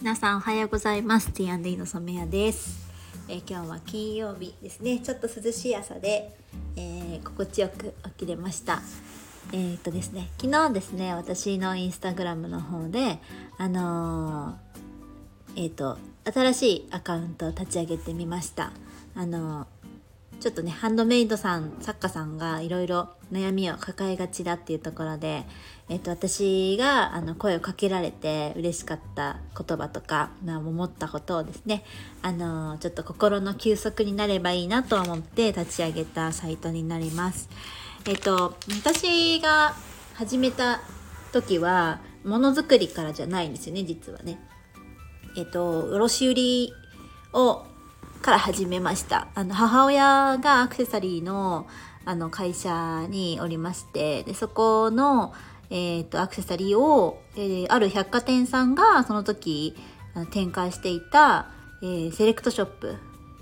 皆さんおはようございます。 T&E の染谷です。今日は金曜日ですね。ちょっと涼しい朝で、心地よく起きれました。ですね、昨日ですね、私のインスタグラムの方で新しいアカウントを立ち上げてみました。ちょっとね、ハンドメイドさん、作家さんがいろいろ悩みを抱えがちだっていうところで、私が声をかけられて嬉しかった言葉とか、思ったことをですね、ちょっと心の休息になればいいなと思って立ち上げたサイトになります。私が始めた時はものづくりからじゃないんですよね、実はね。卸売から始めました。母親がアクセサリーの会社におりまして、でそこの、アクセサリーを、ある百貨店さんがその時展開していた、セレクトショップ、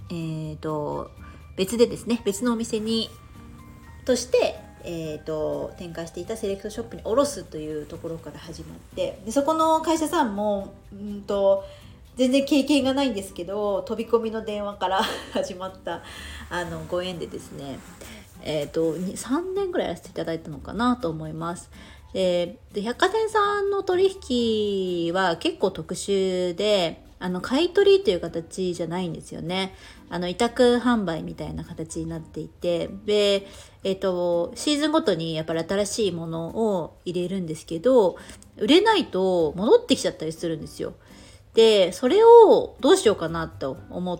別でですね、別のお店にとして、展開していたセレクトショップに卸すというところから始まって、でそこの会社さんも全然経験がないんですけど、飛び込みの電話から始まったご縁でですね、3年ぐらいやらせていただいたのかなと思います。で百貨店さんの取引は結構特殊で、買い取りという形じゃないんですよね。委託販売みたいな形になっていて、で、シーズンごとにやっぱり新しいものを入れるんですけど、売れないと戻ってきちゃったりするんですよ。でそれをどうしようかなと思って、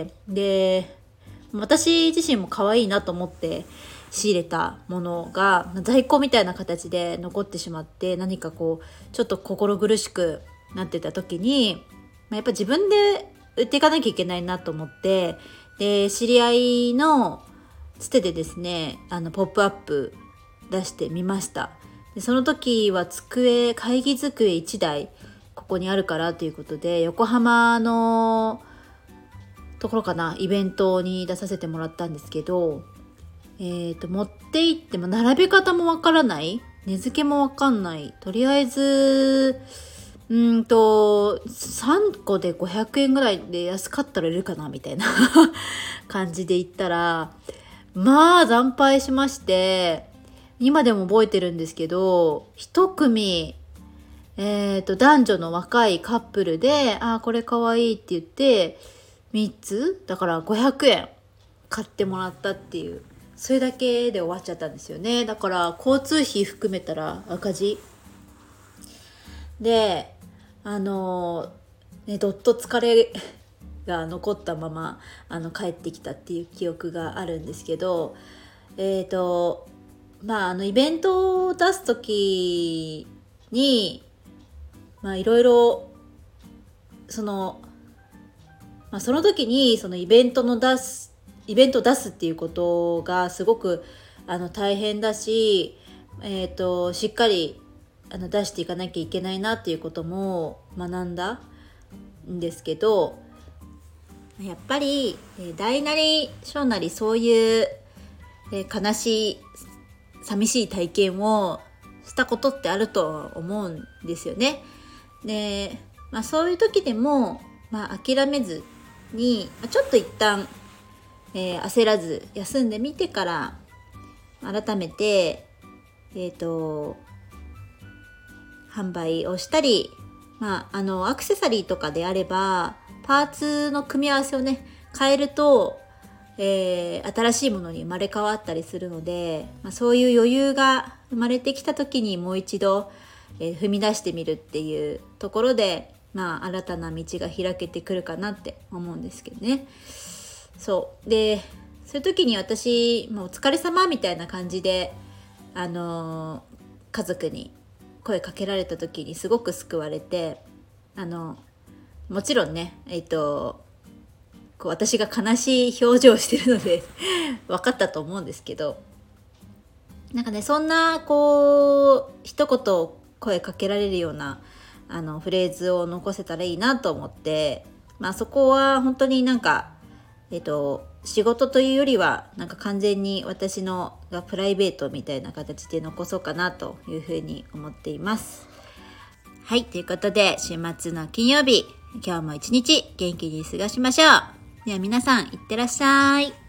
で私自身も可愛いなと思って仕入れたものが在庫みたいな形で残ってしまって、何かこうちょっと心苦しくなってた時に、やっぱ自分で売っていかなきゃいけないなと思って、で知り合いのつてでですね、ポップアップ出してみました。でその時は会議机1台ここにあるからということで、横浜のところかな、イベントに出させてもらったんですけど、持って行っても並べ方もわからない、値付けもわかんない、とりあえず3個で500円ぐらいで安かったら売れるかなみたいな感じで行ったら、惨敗しまして、今でも覚えてるんですけど、一組男女の若いカップルで、これかわいいって言って3つだから500円買ってもらったっていう、それだけで終わっちゃったんですよね。だから交通費含めたら赤字で、どっと疲れが残ったまま帰ってきたっていう記憶があるんですけど、イベントを出す時にいろいろその時にそのイベントを出すっていうことがすごく大変だし、しっかり出していかなきゃいけないなっていうことも学んだんですけど、やっぱり大なり小なりそういう悲しい寂しい体験をしたことってあると思うんですよね。で、そういう時でも、諦めずにちょっと一旦、焦らず休んでみてから改めて、販売をしたり、アクセサリーとかであればパーツの組み合わせをね変えると、新しいものに生まれ変わったりするので、そういう余裕が生まれてきた時にもう一度踏み出してみるっていうところで、新たな道が開けてくるかなって思うんですけどね。そういう時に私お疲れ様みたいな感じで家族に声かけられた時にすごく救われて、もちろんね私が悲しい表情をしてるので分かったと思うんですけど、そんな一言声かけられるようなフレーズを残せたらいいなと思って、そこは本当に仕事というよりは完全に私のプライベートみたいな形で残そうかなというふうに思っています。はい、ということで週末の金曜日、 今日も一日元気に過ごしましょう。では皆さんいってらっしゃい。